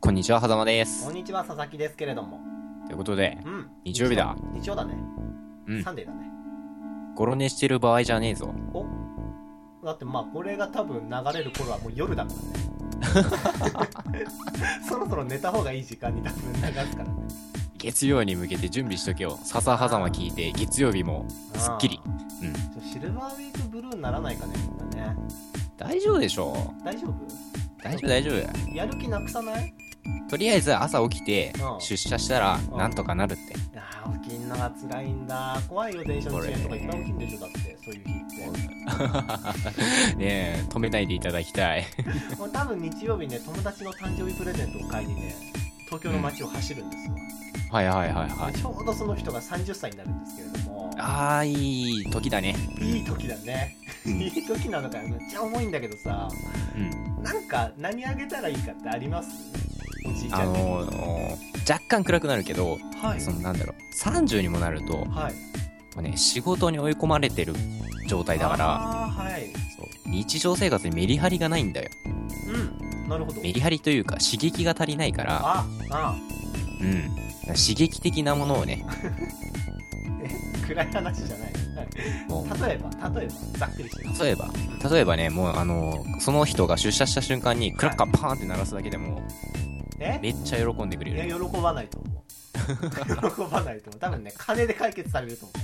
こんにちは、はざまです。 こんにちは、佐々木ですけれども。 ということで、 うん。 日曜日だ。 日曜だね。 うん。 サンデーだね。 ゴロ寝してる場合じゃねえぞ。 お、だってまあ、これが多分流れる頃はもう夜だからね。そろそろ寝た方がいい時間に多分流すからね。 月曜に向けて準備しとけよ。笹はざま聞いて、月曜日もすっきり。うん。 シルバーウィークブルーにならないかね、みんなね。 大丈夫でしょ大丈夫？ 大丈夫、大丈夫。 やる気なくさない？ とりあえず朝起きて、出社したら、 うんなんとかなるって。 いやー、起きんのが辛いんだ。怖いよ、電車の遅延とかいっぱい起きんでしょ、だって、そういう日って。 ねえ、止めないでいただきたい。 もう多分日曜日ね、友達の誕生日プレゼントを買いにね、東京の街を走るんですよ。 はいはいはいはい。 ちょうどその人が30歳になるんですけれども。 あー、いい時だね。 いい時だね。いい時なのかよ。めっちゃ重いんだけどさ、 うん。 なんか何あげたらいいかってあります？おじいちゃんに。 若干暗くなるけど、 はい。 そのなんだろう、30にもなると、 はい。 もうね、仕事に追い込まれてる状態だから、 はい。 そう日常生活にメリハリがないんだよ。 うん。なるほど。 メリハリというか刺激が足りないから、うん。刺激的なものをね、 暗い話じゃない。 もう例えば、ざっくりしてる。 例えばね、もうその人が出社した瞬間にクラッカーパーンって鳴らすだけでも、めっちゃ喜んでくれる。 いや、喜ばないと思う。喜ばないと思う。多分ね、金で解決されると思う。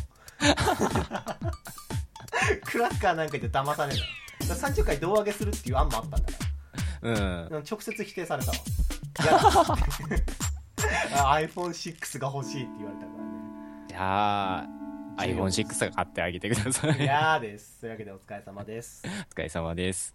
クラッカーなんかで騙されない。30回胴上げするっていう案もあったんだから。直接否定されたわ。iPhone6 が欲しいって言われたからね。 じゃあ、iPhone6 が買ってあげてください。 いやーです。というわけでお疲れ様です。 お疲れ様です。